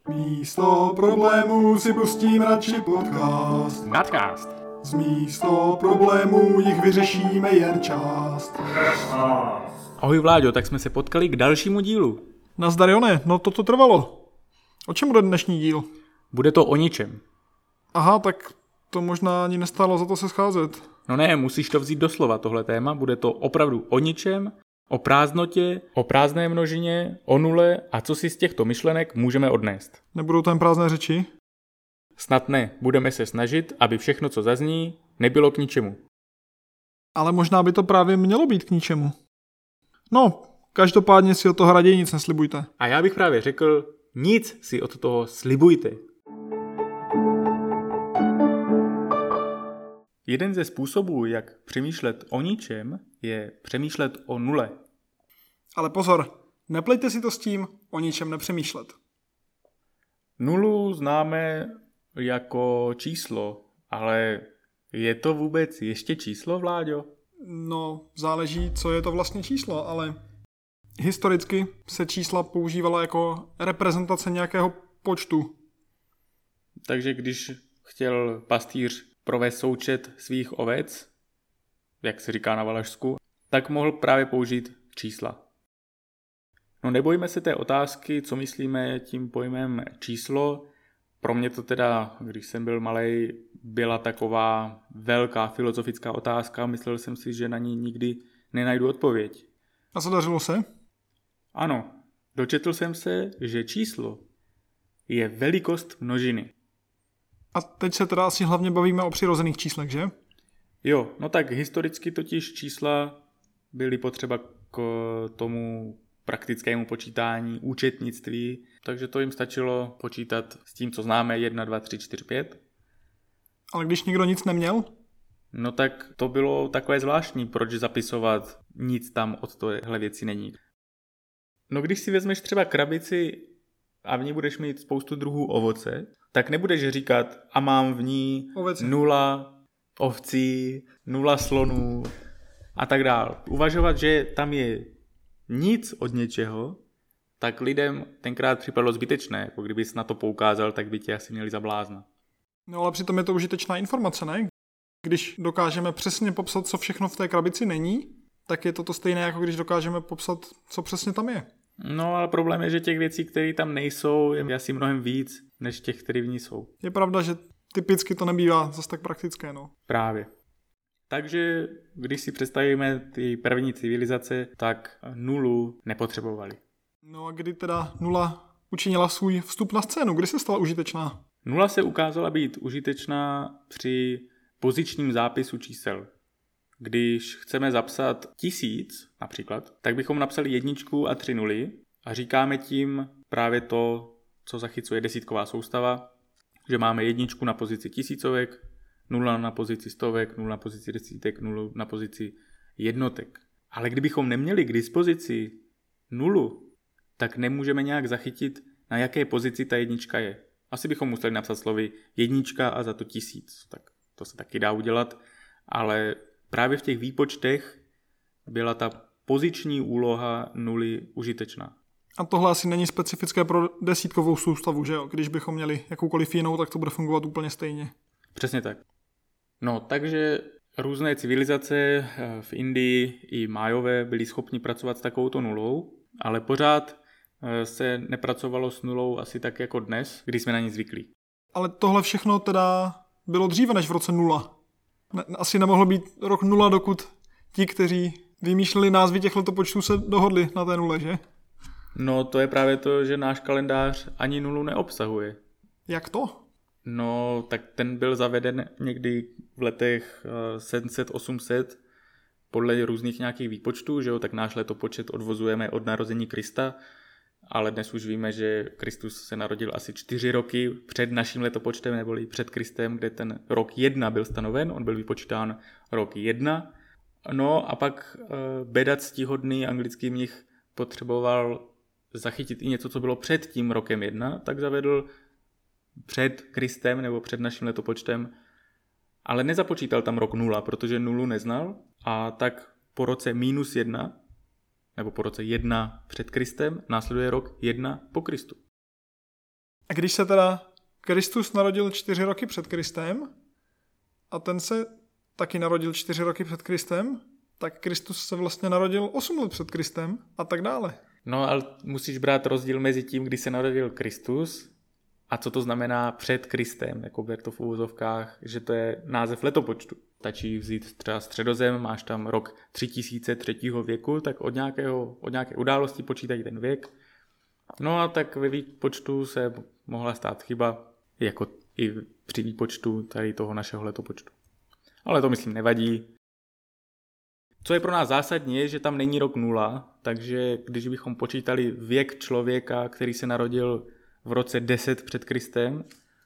Místo problémů si pustím radši podcast. Nadcast. Z místo problémů jich vyřešíme jen část. Ahoj Vláďo, tak jsme se potkali k dalšímu dílu. Nazdar Jone, no to trvalo. O čem bude dnešní díl? Bude to o ničem. Aha, tak to možná ani nestálo za to se scházet. No ne, musíš to vzít doslova tohle téma, bude to opravdu o ničem, o prázdnotě, o prázdné množině, o nule a co si z těchto myšlenek můžeme odnést. Nebudou tam prázdné řeči? Snad ne, budeme se snažit, aby všechno, co zazní, nebylo k ničemu. Ale možná by to právě mělo být k ničemu. No, každopádně si od toho raději nic neslibujte. A já bych právě řekl, nic si od toho slibujte. Jeden ze způsobů, jak přemýšlet o ničem, je přemýšlet o nule. Ale pozor, neplejte si to s tím o ničem nepřemýšlet. Nulu známe jako číslo, ale je to vůbec ještě číslo, Vláďo? No, záleží, co je to vlastně číslo, ale historicky se čísla používala jako reprezentace nějakého počtu. Takže když chtěl pastýř provést součet svých ovec, jak se říká na Valašsku, tak mohl právě použít čísla. No nebojme se té otázky, co myslíme tím pojmem číslo. Pro mě to teda, když jsem byl malej, byla taková velká filozofická otázka. Myslel jsem si, že na ní nikdy nenajdu odpověď. A zadařilo se? Ano, dočetl jsem se, že číslo je velikost množiny. A teď se teda asi hlavně bavíme o přirozených číslech, že? Jo, no tak historicky totiž čísla byly potřeba k tomu praktickému počítání, účetnictví, takže to jim stačilo počítat s tím, co známe, 1, 2, 3, 4, 5. Ale když nikdo nic neměl? No tak to bylo takové zvláštní, proč zapisovat, nic tam od tohle věci není. No když si vezmeš třeba krabici a v ní budeš mít spoustu druhů ovoce, tak nebudeš říkat a mám v ní Ovece. 0 ovcí, 0 slonů a tak dál. Uvažovat, že tam je nic od něčeho, tak lidem tenkrát připadlo zbytečné. Jako kdybys na to poukázal, tak by tě asi měli za blázna. No ale přitom je to užitečná informace, ne? Když dokážeme přesně popsat, co všechno v té krabici není, tak je to stejné, jako když dokážeme popsat, co přesně tam je. No ale problém je, že těch věcí, které tam nejsou, je asi mnohem víc, než těch, které v ní jsou. Je pravda, že typicky to nebývá zase tak praktické, no. Právě. Takže když si představíme ty první civilizace, tak nulu nepotřebovali. No a kdy teda nula učinila svůj vstup na scénu? Kdy se stala užitečná? Nula se ukázala být užitečná při pozičním zápisu čísel. Když chceme zapsat 1000 například, tak bychom napsali 1 a 3 nuly a říkáme tím právě to, co zachycuje desítková soustava, že máme 1 na pozici tisícovek, 0 na pozici stovek, 0 na pozici desítek, 0 na pozici jednotek. Ale kdybychom neměli k dispozici nulu, tak nemůžeme nějak zachytit, na jaké pozici ta 1 je. Asi bychom museli napsat slovy 1 a za to 1000. Tak to se taky dá udělat, ale právě v těch výpočtech byla ta poziční úloha nuly užitečná. A tohle asi není specifické pro desítkovou soustavu, že jo? Když bychom měli jakoukoliv jinou, tak to bude fungovat úplně stejně. Přesně tak. No, takže různé civilizace v Indii i Májové byli schopni pracovat s takovouto nulou, ale pořád se nepracovalo s nulou asi tak jako dnes, když jsme na ní zvyklí. Ale tohle všechno teda bylo dříve než v roce 0. Asi nemohlo být rok 0, dokud ti, kteří vymýšleli názvy těch letopočtů, se dohodli na té nule, že? No, to je právě to, že náš kalendář ani nulu neobsahuje. Jak to? No, tak ten byl zaveden někdy v letech 700-800 podle různých nějakých výpočtů, že jo, tak náš letopočet odvozujeme od narození Krista, ale dnes už víme, že Kristus se narodil asi 4 roky před naším letopočtem, neboli před Kristem, kde ten rok 1 byl stanoven, on byl vypočítán rok 1. No a pak bedac ctihodný anglický mnich potřeboval zachytit i něco, co bylo před tím rokem 1, tak zavedl před Kristem nebo před naším letopočtem, ale nezapočítal tam rok 0, protože nulu neznal a tak po roce -1 nebo po roce 1 před Kristem následuje rok 1 po Kristu. A když se teda Kristus narodil 4 roky před Kristem a ten se taky narodil 4 roky před Kristem, tak Kristus se vlastně narodil 8 let před Kristem a tak dále. No ale musíš brát rozdíl mezi tím, kdy se narodil Kristus a co to znamená před Kristem, jako ber to v uvozovkách, že to je název letopočtu. Stačí vzít třeba Středozem, máš tam rok 3000 3. věku, tak od nějaké události počítají ten věk. No a tak ve výpočtu se mohla stát chyba, jako i při výpočtu tady toho našeho letopočtu. Ale to myslím nevadí. Co je pro nás zásadní je, že tam není rok 0, takže když bychom počítali věk člověka, který se narodil v roce 10 před Kristem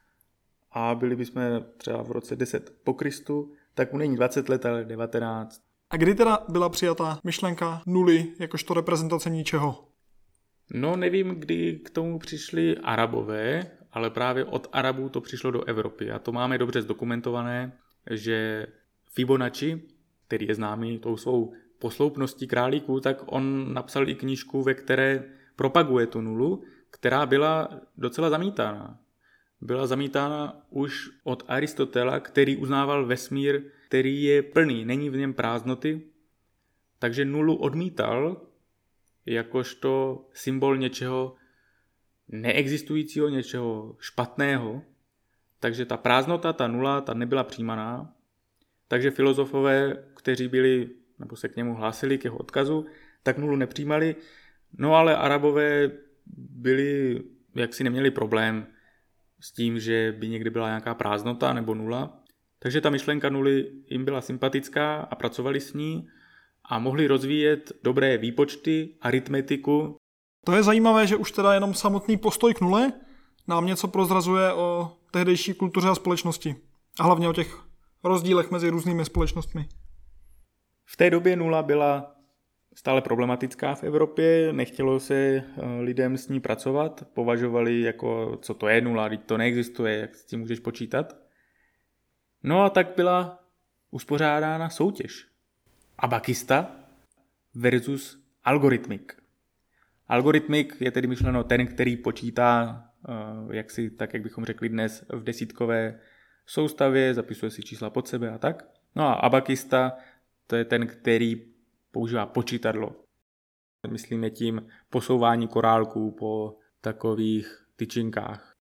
a byli bychom třeba v roce 10 po Kristu, tak mu není 20 let, ale 19. A kdy teda byla přijatá myšlenka nuly jakožto reprezentace ničeho? No nevím, kdy k tomu přišli Arabové, ale právě od Arabů to přišlo do Evropy. A to máme dobře zdokumentované, že Fibonacci, který je známý tou svou posloupností králíků, tak on napsal i knížku, ve které propaguje tu nulu, která byla docela zamítána. Byla zamítána už od Aristotela, který uznával vesmír, který je plný, není v něm prázdnoty, takže nulu odmítal jakožto symbol něčeho neexistujícího, něčeho špatného, takže ta prázdnota, ta nula, ta nebyla přijímaná. Takže filozofové, kteří byli, nebo se k němu hlásili, k jeho odkazu, tak nulu nepřijímali. No ale Arabové byli, jaksi neměli problém s tím, že by někdy byla nějaká prázdnota nebo nula. Takže ta myšlenka nuly jim byla sympatická a pracovali s ní a mohli rozvíjet dobré výpočty, aritmetiku. To je zajímavé, že už teda jenom samotný postoj k nule nám něco prozrazuje o tehdejší kultuře a společnosti. A hlavně o těch rozdílech mezi různými společnostmi. V té době nula byla stále problematická v Evropě, nechtělo se lidem s ní pracovat, považovali jako, co to je nula, teď to neexistuje, jak s tím můžeš počítat. No a tak byla uspořádána soutěž. Abakista versus algoritmik. Algoritmik je tedy myšleno ten, který počítá, jak bychom řekli dnes, v desítkové soustavě, zapisuje si čísla pod sebe a tak. No a abakista, to je ten, který používá počítadlo. Myslíme tím posouvání korálků po takových tyčinkách.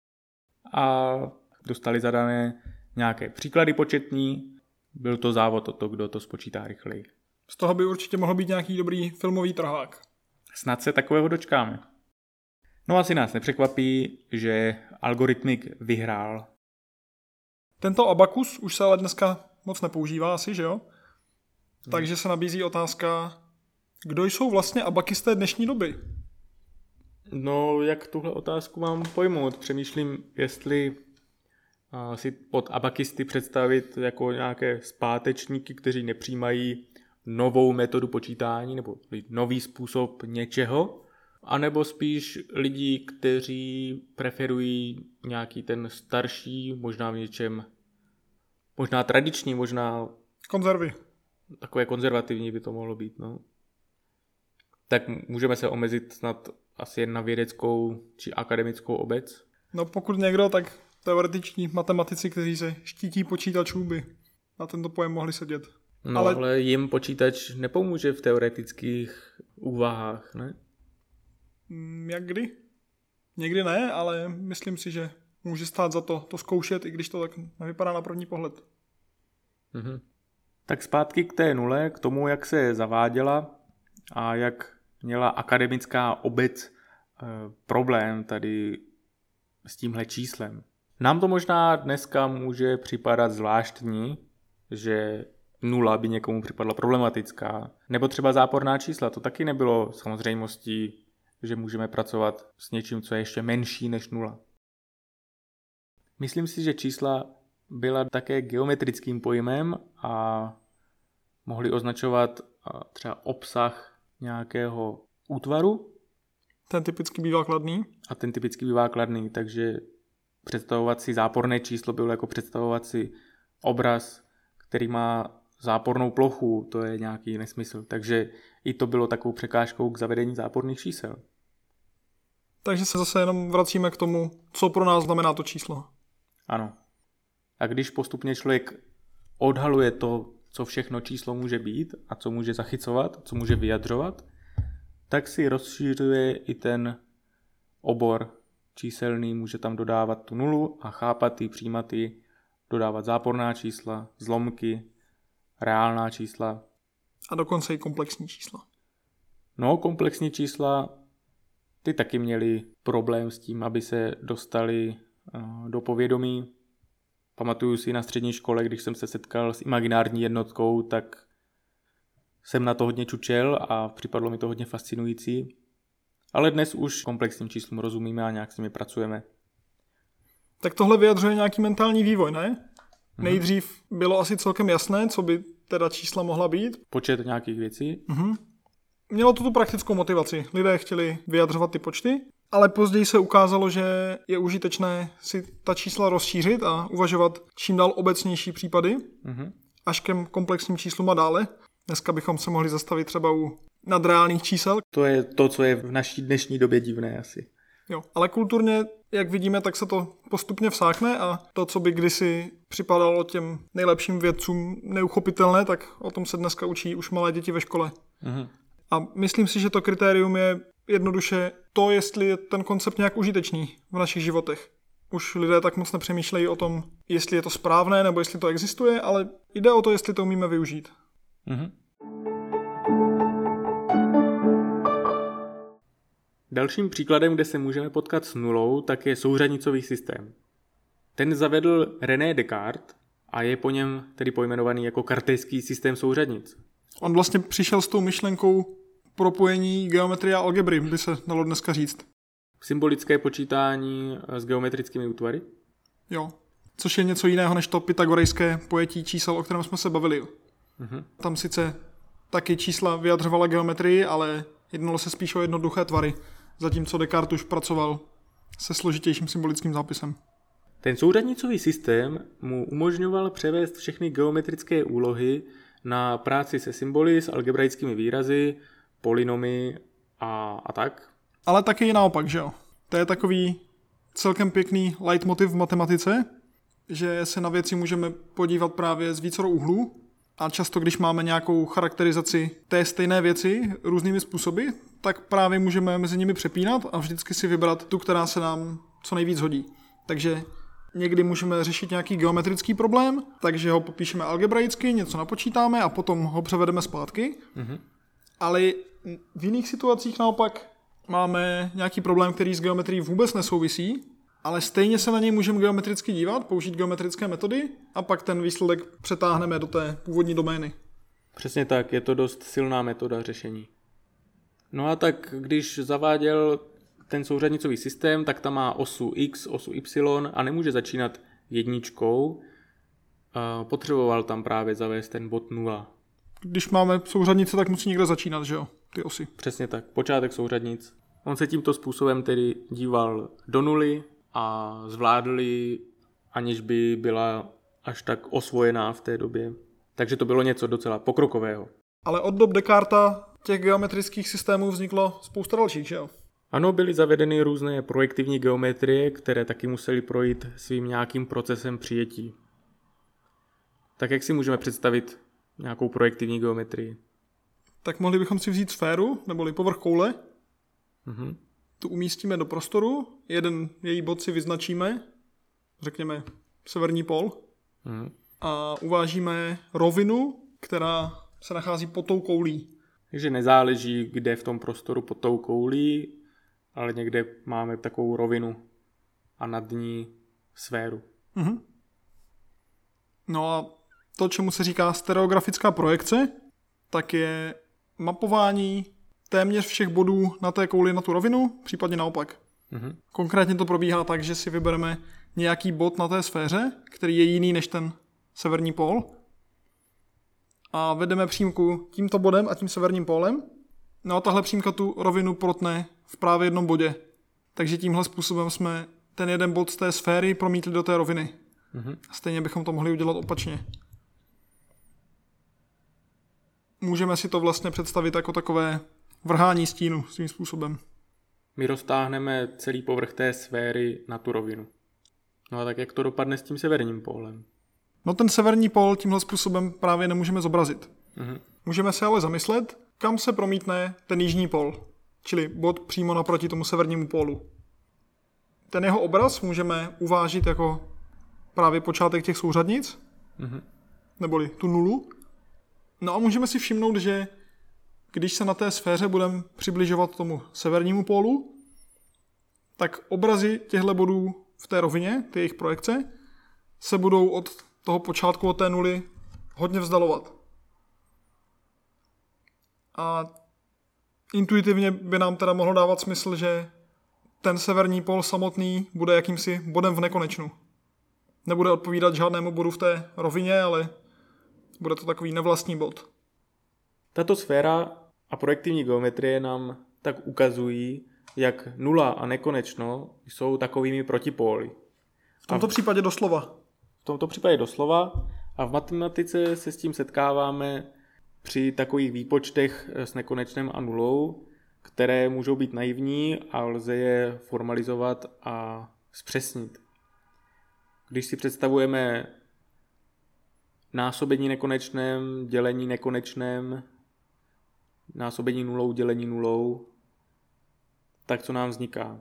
A dostali zadané nějaké příklady početní, byl to závod o to, kdo to spočítá rychleji. Z toho by určitě mohl být nějaký dobrý filmový trhák. Snad se takového dočkáme. No asi nás nepřekvapí, že algoritmik vyhrál. Tento abakus už se ale dneska moc nepoužívá asi, že jo? Takže se nabízí otázka, kdo jsou vlastně abakisté dnešní doby? No, jak tuhle otázku mám pojmout? Přemýšlím, jestli si pod abakisty představit jako nějaké zpátečníky, kteří nepřijímají novou metodu počítání nebo nový způsob něčeho, anebo spíš lidi, kteří preferují nějaký ten starší, možná v něčem, možná tradiční, možná konzervy. Takové konzervativní by to mohlo být, no. Tak můžeme se omezit snad asi jen na vědeckou či akademickou obec? No pokud někdo, tak teoretiční matematici, kteří se štítí počítačů, by na tento pojem mohli sedět. No ale jim počítač nepomůže v teoretických úvahách, ne? Jak kdy? Někdy ne, ale myslím si, že může stát za to zkoušet, i když to tak nevypadá na první pohled. Mhm. Tak zpátky k té nule, k tomu, jak se zaváděla a jak měla akademická obec problém tady s tímhle číslem. Nám to možná dneska může připadat zvláštní, že nula by někomu připadla problematická, nebo třeba záporná čísla. To taky nebylo samozřejmostí, že můžeme pracovat s něčím, co je ještě menší než nula. Myslím si, že čísla byla také geometrickým pojmem a mohli označovat třeba obsah nějakého útvaru. Ten typicky bývá kladný. A ten typicky bývá kladný, takže představovat si záporné číslo bylo jako představovat si obraz, který má zápornou plochu, to je nějaký nesmysl. Takže i to bylo takovou překážkou k zavedení záporných čísel. Takže se zase jenom vracíme k tomu, co pro nás znamená to číslo. Ano. A když postupně člověk odhaluje to, co všechno číslo může být a co může zachycovat, co může vyjadřovat, tak si rozšířuje i ten obor číselný, může tam dodávat tu nulu a chápat ji, přijímat ji, dodávat záporná čísla, zlomky, reálná čísla. A dokonce i komplexní čísla. No, komplexní čísla, ty taky měli problém s tím, aby se dostali do povědomí. Pamatuju si na střední škole, když jsem se setkal s imaginární jednotkou, tak jsem na to hodně čučel a připadlo mi to hodně fascinující. Ale dnes už komplexním číslům rozumíme a nějak s nimi pracujeme. Tak tohle vyjadřuje nějaký mentální vývoj, ne? Nejdřív bylo asi celkem jasné, co by teda čísla mohla být. Počet nějakých věcí. Mělo to tu praktickou motivaci. Lidé chtěli vyjadřovat ty počty, ale později se ukázalo, že je užitečné si ta čísla rozšířit a uvažovat čím dál obecnější případy, až ke komplexním číslům a dále. Dneska bychom se mohli zastavit třeba u nadreálných čísel. To je to, co je v naší dnešní době divné asi. Jo, ale kulturně, jak vidíme, tak se to postupně vsákne a to, co by kdysi připadalo těm nejlepším vědcům neuchopitelné, tak o tom se dneska učí už malé děti ve škole. A myslím si, že to kritérium je jednoduše to, jestli je ten koncept nějak užitečný v našich životech. Už lidé tak moc nepřemýšlejí o tom, jestli je to správné nebo jestli to existuje, ale jde o to, jestli to umíme využít. Dalším příkladem, kde se můžeme potkat s nulou, tak je souřadnicový systém. Ten zavedl René Descartes a je po něm tedy pojmenovaný jako kartésský systém souřadnic. On vlastně přišel s tou myšlenkou propojení geometrie a algebry, by se dalo dneska říct. Symbolické počítání s geometrickými útvary? Jo, což je něco jiného než to pythagorejské pojetí čísel, o kterém jsme se bavili. Tam sice taky čísla vyjadřovala geometrii, ale jednalo se spíš o jednoduché tvary, zatímco Descartes už pracoval se složitějším symbolickým zápisem. Ten souřadnicový systém mu umožňoval převést všechny geometrické úlohy na práci se symboly, s algebraickými výrazy, polynomy a tak. Ale taky i naopak, že jo? To je takový celkem pěkný leitmotiv v matematice, že se na věci můžeme podívat právě z vícero úhlů a často, když máme nějakou charakterizaci té stejné věci různými způsoby, tak právě můžeme mezi nimi přepínat a vždycky si vybrat tu, která se nám co nejvíc hodí. Takže někdy můžeme řešit nějaký geometrický problém, takže ho popíšeme algebraicky, něco napočítáme a potom ho převedeme zpátky. Ale v jiných situacích naopak máme nějaký problém, který s geometrií vůbec nesouvisí, ale stejně se na něj můžeme geometricky dívat, použít geometrické metody a pak ten výsledek přetáhneme do té původní domény. Přesně tak, je to dost silná metoda řešení. No a tak, když zaváděl ten souřadnicový systém, tak tam má osu x, osu y a nemůže začínat jedničkou. Potřeboval tam právě zavést ten bod 0. Když máme souřadnice, tak musí někde začínat, že jo, ty osy. Přesně tak, počátek souřadnic. On se tímto způsobem tedy díval do nuly a zvládl ji, aniž by byla až tak osvojená v té době. Takže to bylo něco docela pokrokového. Ale od dob Descarta těch geometrických systémů vzniklo spousta dalších, že jo? Ano, byly zavedeny různé projektivní geometrie, které taky musely projít svým nějakým procesem přijetí. Tak jak si můžeme představit nějakou projektivní geometrii? Tak mohli bychom si vzít sféru, neboli povrch koule. Tu umístíme do prostoru, jeden její bod si vyznačíme, řekněme severní pól, a uvážíme rovinu, která se nachází pod tou koulí. Takže nezáleží, kde v tom prostoru pod tou koulí, ale někde máme takovou rovinu a nad ní sféru. No a to, čemu se říká stereografická projekce, tak je mapování téměř všech bodů na té kouli na tu rovinu, případně naopak. Konkrétně to probíhá tak, že si vybereme nějaký bod na té sféře, který je jiný než ten severní pól, a vedeme přímku tímto bodem a tím severním pólem. No a tahle přímka tu rovinu protne v právě jednom bodě. Takže tímhle způsobem jsme ten jeden bod z té sféry promítli do té roviny. Stejně bychom to mohli udělat opačně. Můžeme si to vlastně představit jako takové vrhání stínu svým způsobem. My roztáhneme celý povrch té sféry na tu rovinu. No a tak jak to dopadne s tím severním pólem? No ten severní pól tímhle způsobem právě nemůžeme zobrazit. Můžeme se ale zamyslet, kam se promítne ten jižní pól, čili bod přímo naproti tomu severnímu pólu. Ten jeho obraz můžeme uvážit jako právě počátek těch souřadnic, neboli tu nulu. No a můžeme si všimnout, že když se na té sféře budeme přibližovat tomu severnímu pólu, tak obrazy těchto bodů v té rovině, ty jejich projekce, se budou od toho počátku, od té nuly, hodně vzdalovat. A intuitivně by nám teda mohlo dávat smysl, že ten severní pól samotný bude jakýmsi bodem v nekonečnu. Nebude odpovídat žádnému bodu v té rovině, ale bude to takový nevlastní bod. Tato sféra a projektivní geometrie nám tak ukazují, jak nula a nekonečno jsou takovými protipóly. V tomto případě doslova. V tomto případě doslova a v matematice se s tím setkáváme při takových výpočtech s nekonečnem a nulou, které můžou být naivní a lze je formalizovat a zpřesnit. Když si představujeme násobení nekonečném, dělení nekonečném, násobení nulou, dělení nulou, tak co nám vzniká?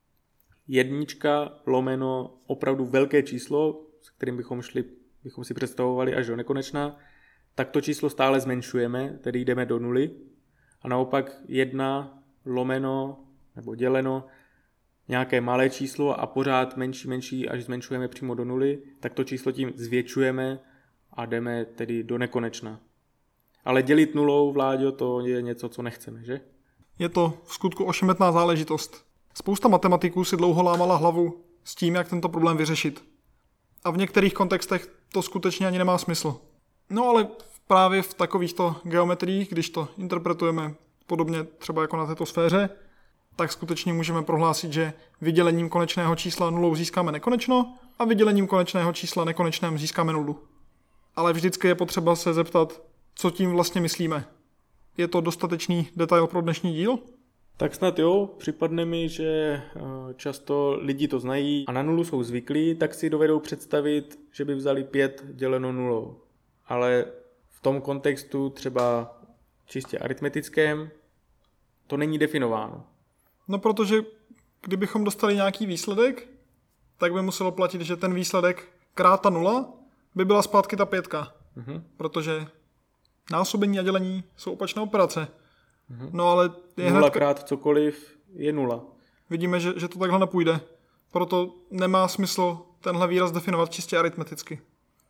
Jednička lomeno opravdu velké číslo, s kterým bychom si představovali až do nekonečna, tak to číslo stále zmenšujeme, tedy jdeme do nuly. A naopak 1 lomeno nebo děleno nějaké malé číslo a pořád menší, až zmenšujeme přímo do nuly, tak to číslo tím zvětšujeme a jdeme tedy do nekonečna. Ale dělit nulou, Vláďo, to je něco, co nechceme, že? Je to v skutku ošemetná záležitost. Spousta matematiků si dlouho lámala hlavu s tím, jak tento problém vyřešit. A v některých kontextech to skutečně ani nemá smysl. No ale právě v takovýchto geometriích, když to interpretujeme podobně třeba jako na této sféře, tak skutečně můžeme prohlásit, že vydělením konečného čísla nulou získáme nekonečno a vydělením konečného čísla nekonečném získáme nulu. Ale vždycky je potřeba se zeptat, co tím vlastně myslíme. Je to dostatečný detail pro dnešní díl? Tak snad jo, připadne mi, že často lidi to znají a na nulu jsou zvyklí, tak si dovedou představit, že by vzali 5 děleno nulou. Ale v tom kontextu třeba čistě aritmetickém to není definováno. No protože kdybychom dostali nějaký výsledek, tak by muselo platit, že ten výsledek krát ta nula by byla zpátky ta 5. Protože násobení a dělení jsou opačné operace. No ale je nula krát cokoliv je nula. Vidíme, že to takhle nepůjde. Proto nemá smysl tenhle výraz definovat čistě aritmeticky.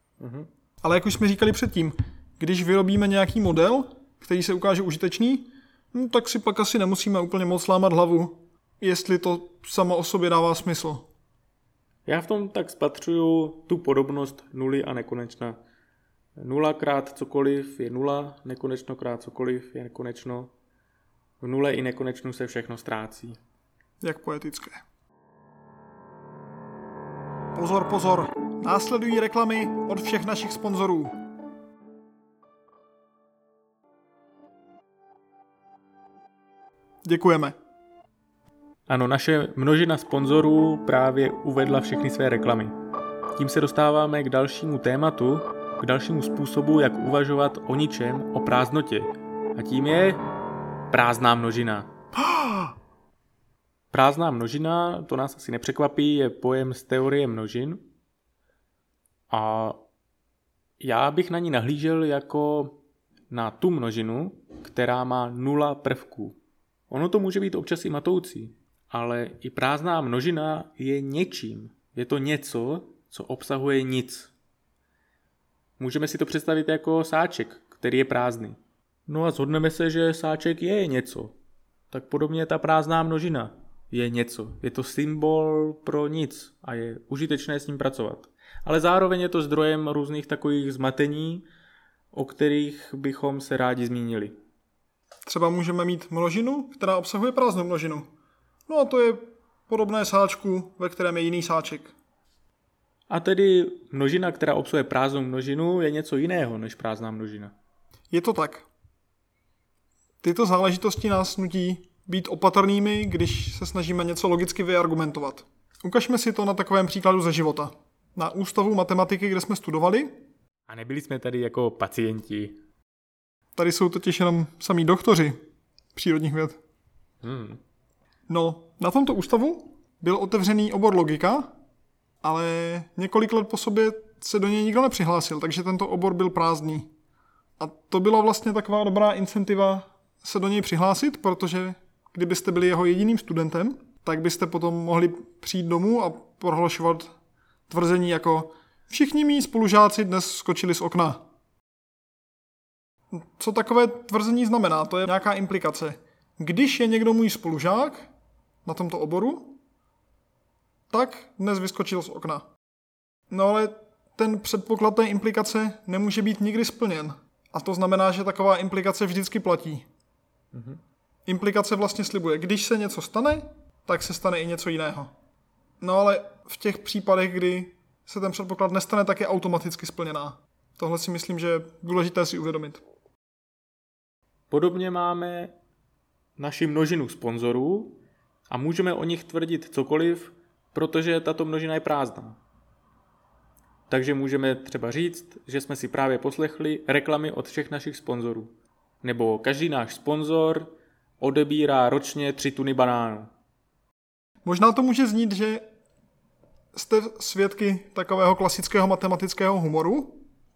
Ale jak už jsme říkali předtím, když vyrobíme nějaký model, který se ukáže užitečný, tak si pak asi nemusíme úplně moc lámat hlavu, jestli to samo o sobě dává smysl. Já v tom tak spatřuju tu podobnost nuly a nekonečna. 0 krát cokoliv je 0, nekonečno krát cokoliv je nekonečno. V nule i nekonečnu se všechno ztrácí. Jak poetické. Pozor, pozor, následují reklamy od všech našich sponzorů. Děkujeme. Ano, naše množina sponzorů právě uvedla všechny své reklamy. Tím se dostáváme k dalšímu tématu, k dalšímu způsobu, jak uvažovat o ničem, o prázdnotě. A tím je prázdná množina. Prázdná množina, to nás asi nepřekvapí, je pojem z teorie množin. A já bych na ní nahlížel jako na tu množinu, která má 0 prvků. Ono to může být občas i matoucí, ale i prázdná množina je něčím. Je to něco, co obsahuje nic. Můžeme si to představit jako sáček, který je prázdný. No a shodneme se, že sáček je něco. Tak podobně ta prázdná množina je něco. Je to symbol pro nic a je užitečné s ním pracovat. Ale zároveň je to zdrojem různých takových zmatení, o kterých bychom se rádi zmínili. Třeba můžeme mít množinu, která obsahuje prázdnou množinu. No a to je podobné sáčku, ve kterém je jiný sáček. A tedy množina, která obsahuje prázdnou množinu, je něco jiného než prázdná množina. Je to tak. Tyto záležitosti nás nutí být opatrnými, když se snažíme něco logicky vyargumentovat. Ukažme si to na takovém příkladu ze života. Na ústavu matematiky, kde jsme studovali. A nebyli jsme tady jako pacienti. Tady jsou totiž jenom samí doktoři přírodních věd. No, na tomto ústavu byl otevřený obor logika, ale několik let po sobě se do něj nikdo nepřihlásil, takže tento obor byl prázdný. A to byla vlastně taková dobrá incentiva se do něj přihlásit, protože kdybyste byli jeho jediným studentem, tak byste potom mohli přijít domů a prohlašovat tvrzení jako všichni mí spolužáci dnes skočili z okna. Co takové tvrzení znamená? To je nějaká implikace. Když je někdo můj spolužák na tomto oboru, tak dnes vyskočil z okna. No ale ten předpoklad té implikace nemůže být nikdy splněn. A to znamená, že taková implikace vždycky platí. Implikace vlastně slibuje, když se něco stane, tak se stane i něco jiného. No ale v těch případech, kdy se ten předpoklad nestane, tak je automaticky splněná. Tohle si myslím, že je důležité si uvědomit. Podobně máme naši množinu sponzorů a můžeme o nich tvrdit cokoliv, protože tato množina je prázdná. Takže můžeme třeba říct, že jsme si právě poslechli reklamy od všech našich sponzorů. Nebo každý náš sponzor odebírá ročně 3 tuny banánů. Možná to může znít, že jste svědky takového klasického matematického humoru,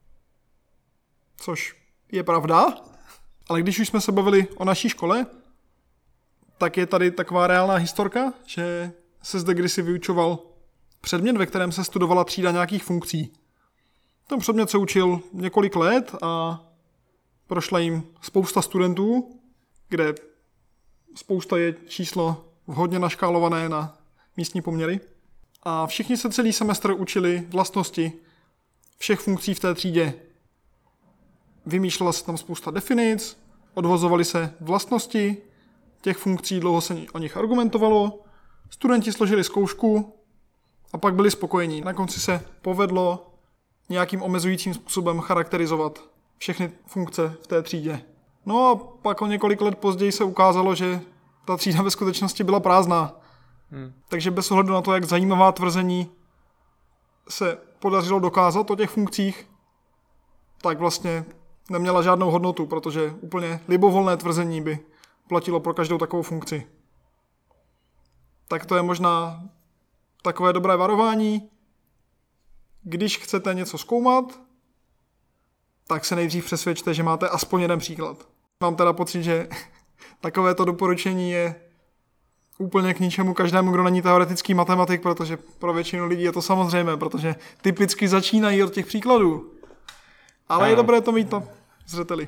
což je pravda, ale když už jsme se bavili o naší škole, tak je tady taková reálná historka, že se zde kdysi vyučoval předmět, ve kterém se studovala třída nějakých funkcí. Ten předmět se učil několik let a prošla jim spousta studentů, kde spousta je číslo vhodně naškálované na místní poměry. A všichni se celý semestr učili vlastnosti všech funkcí v té třídě. Vymýšlela se tam spousta definic, odvozovaly se vlastnosti těch funkcí, dlouho se o nich argumentovalo, studenti složili zkoušku a pak byli spokojení. Na konci se povedlo nějakým omezujícím způsobem charakterizovat všechny funkce v té třídě. No a pak o několik let později se ukázalo, že ta třída ve skutečnosti byla prázdná. Takže bez ohledu na to, jak zajímavá tvrzení se podařilo dokázat o těch funkcích, tak vlastně neměla žádnou hodnotu, protože úplně libovolné tvrzení by platilo pro každou takovou funkci. Tak to je možná takové dobré varování. Když chcete něco zkoumat, tak se nejdřív přesvědčte, že máte aspoň jeden příklad. Mám teda pocit, že takovéto doporučení je úplně k ničemu každému, kdo není teoretický matematik, protože pro většinu lidí je to samozřejmé, protože typicky začínají od těch příkladů. Ale je dobré to mít na zřeteli.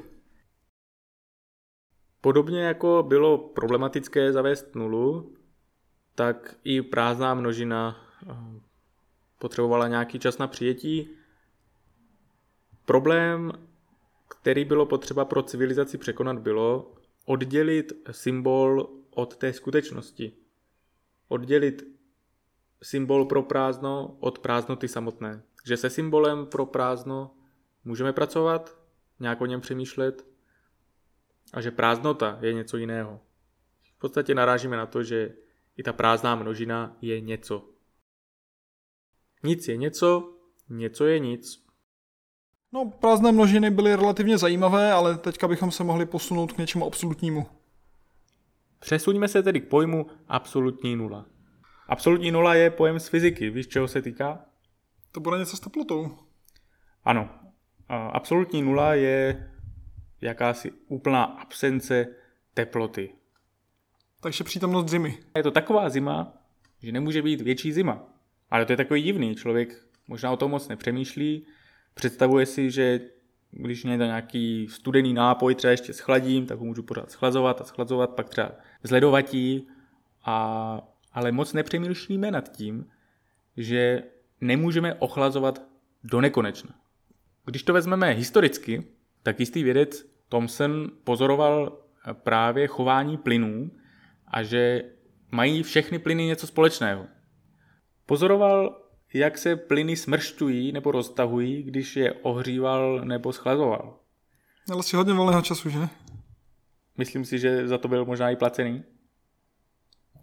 Podobně jako bylo problematické zavést nulu, tak i prázdná množina potřebovala nějaký čas na přijetí. Problém, který bylo potřeba pro civilizaci překonat, bylo oddělit symbol od té skutečnosti. Oddělit symbol pro prázdno od prázdnoty samotné. Že se symbolem pro prázdno můžeme pracovat, nějak o něm přemýšlet a že prázdnota je něco jiného. V podstatě narážíme na to, že i ta prázdná množina je něco. Nic je něco, něco je nic. No, prázdné množiny byly relativně zajímavé, ale teďka bychom se mohli posunout k něčemu absolutnímu. Přesuňme se tedy k pojmu absolutní nula. Absolutní nula je pojem z fyziky. Víš, čeho se týká? To bude něco s teplotou. Ano. Absolutní nula je jakási úplná absence teploty. Takže přítomnost zimy. Je to taková zima, že nemůže být větší zima. Ale to je takový divný. Člověk možná o tom moc nepřemýšlí. Představuje si, že když mě to nějaký studený nápoj třeba ještě schladím, tak ho můžu pořád schlazovat, pak třeba zledovatí. Ale moc nepřemýšlíme nad tím, že nemůžeme ochlazovat do nekonečna. Když to vezmeme historicky, tak jistý vědec Thomson pozoroval právě chování plynů a že mají všechny plyny něco společného. Pozoroval, jak se plyny smršťují nebo roztahují, když je ohříval nebo schlazoval. Ale si hodně volného času, že? Myslím si, že za to byl možná i placený.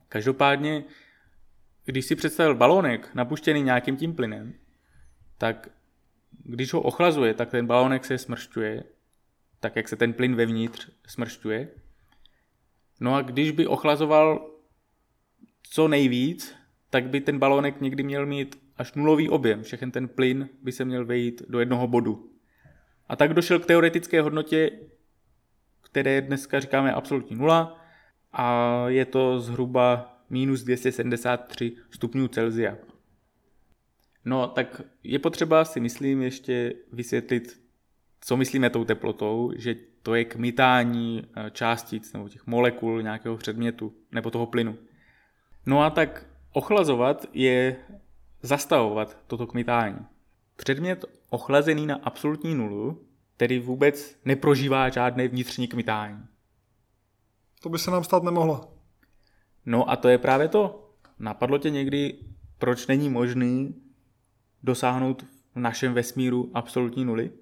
Každopádně, když si představil balónek napuštěný nějakým tím plynem, tak když ho ochlazuje, tak ten balónek se smršťuje, tak jak se ten plyn vevnitř smršťuje. No a když by ochlazoval co nejvíc, tak by ten balónek někdy měl mít až nulový objem. Všechen ten plyn by se měl vejít do jednoho bodu. A tak došel k teoretické hodnotě, které dneska říkáme absolutní nula, a je to zhruba minus 273 stupňů Celsia. No, tak je potřeba si myslím ještě vysvětlit, co myslíme tou teplotou, že to je kmitání částic nebo těch molekul nějakého předmětu nebo toho plynu. No a tak ochlazovat je zastavovat toto kmitání. Předmět ochlazený na absolutní nulu tedy vůbec neprožívá žádné vnitřní kmitání. To by se nám stát nemohlo. No a to je právě to. Napadlo tě někdy, proč není možný dosáhnout v našem vesmíru absolutní nuly?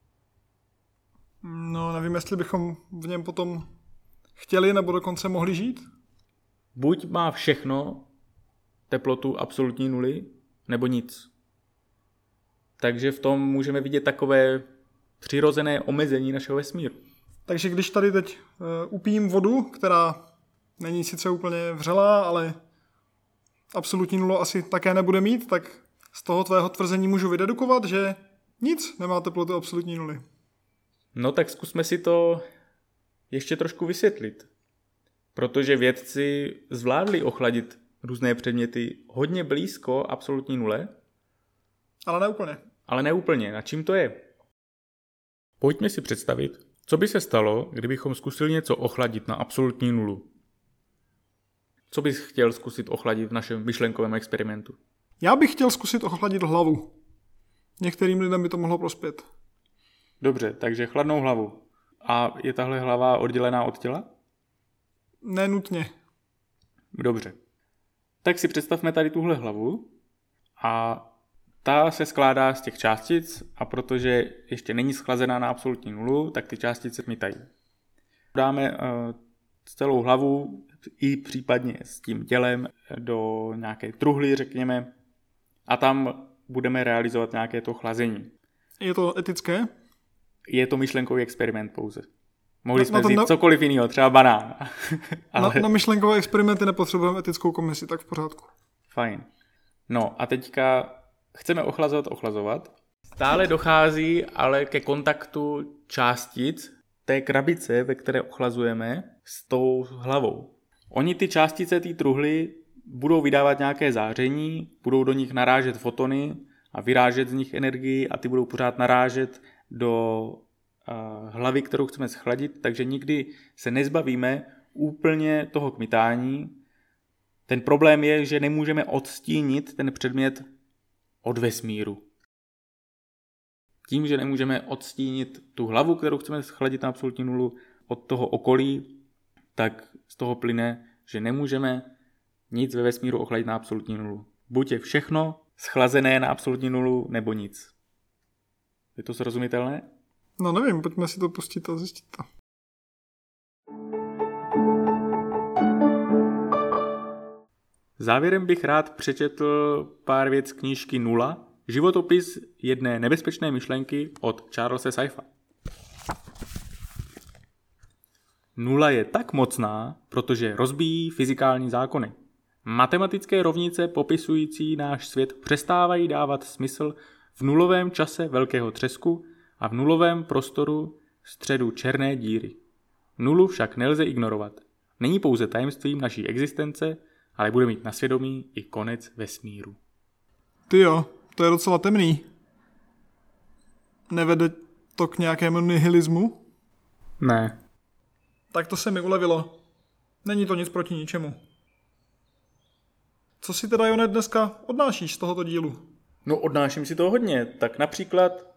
No, nevím, jestli bychom v něm potom chtěli nebo dokonce mohli žít. Buď má všechno teplotu absolutní nuly, nebo nic. Takže v tom můžeme vidět takové přirozené omezení našeho vesmíru. Takže když tady teď upijím vodu, která není sice úplně vřelá, ale absolutní nulu asi také nebude mít, tak z toho tvého tvrzení můžu vydedukovat, že nic nemá teplotu absolutní nuly. No tak zkusme si to ještě trošku vysvětlit. Protože vědci zvládli ochladit různé předměty hodně blízko absolutní nule. Ale neúplně. Ale neúplně. Na čím to je? Pojďme si představit, co by se stalo, kdybychom zkusili něco ochladit na absolutní nulu. Co bys chtěl zkusit ochladit v našem myšlenkovém experimentu? Já bych chtěl zkusit ochladit hlavu. Některým lidem by to mohlo prospět. Dobře, takže chladnou hlavu. A je tahle hlava oddělená od těla? Nenutně. Dobře. Tak si představme tady tuhle hlavu a ta se skládá z těch částic a protože ještě není schlazená na absolutní nulu, tak ty částice kmitají. Dáme celou hlavu i případně s tím tělem do nějaké truhly, řekněme, a tam budeme realizovat nějaké to chlazení. Je to etické? Je to myšlenkový experiment pouze. Mohli jsme vzít cokoliv jiného, třeba banán. Ale... Na myšlenkové experimenty nepotřebujeme etickou komisi, tak v pořádku. Fajn. No a teďka chceme ochlazovat. Stále dochází ale ke kontaktu částic té krabice, ve které ochlazujeme, s tou hlavou. Oni ty částice té truhly budou vydávat nějaké záření, budou do nich narážet fotony a vyrážet z nich energii a ty budou pořád narážet do hlavy, kterou chceme schladit, takže nikdy se nezbavíme úplně toho kmitání. Ten problém je, že nemůžeme odstínit ten předmět od vesmíru. Tím, že nemůžeme odstínit tu hlavu, kterou chceme schladit na absolutní nulu, od toho okolí, tak z toho plyne, že nemůžeme nic ve vesmíru ochladit na absolutní nulu. Buď je všechno schlazené na absolutní nulu, nebo nic. Je to srozumitelné? No nevím, pojďme si to pustit a zjistit to. Závěrem bych rád přečetl pár věc z knížky Nula, životopis jedné nebezpečné myšlenky od Charlese Saifa. Nula je tak mocná, protože rozbíjí fyzikální zákony. Matematické rovnice popisující náš svět přestávají dávat smysl v nulovém čase velkého třesku a v nulovém prostoru středu černé díry. Nulu však nelze ignorovat. Není pouze tajemstvím naší existence, ale bude mít na svědomí i konec vesmíru. Tyjo, to je docela temný. Nevede to k nějakému nihilismu? Ne. Tak to se mi ulevilo. Není to nic proti ničemu. Co si teda, Jone, dneska odnášíš z tohoto dílu? No odnáším si to hodně. Tak například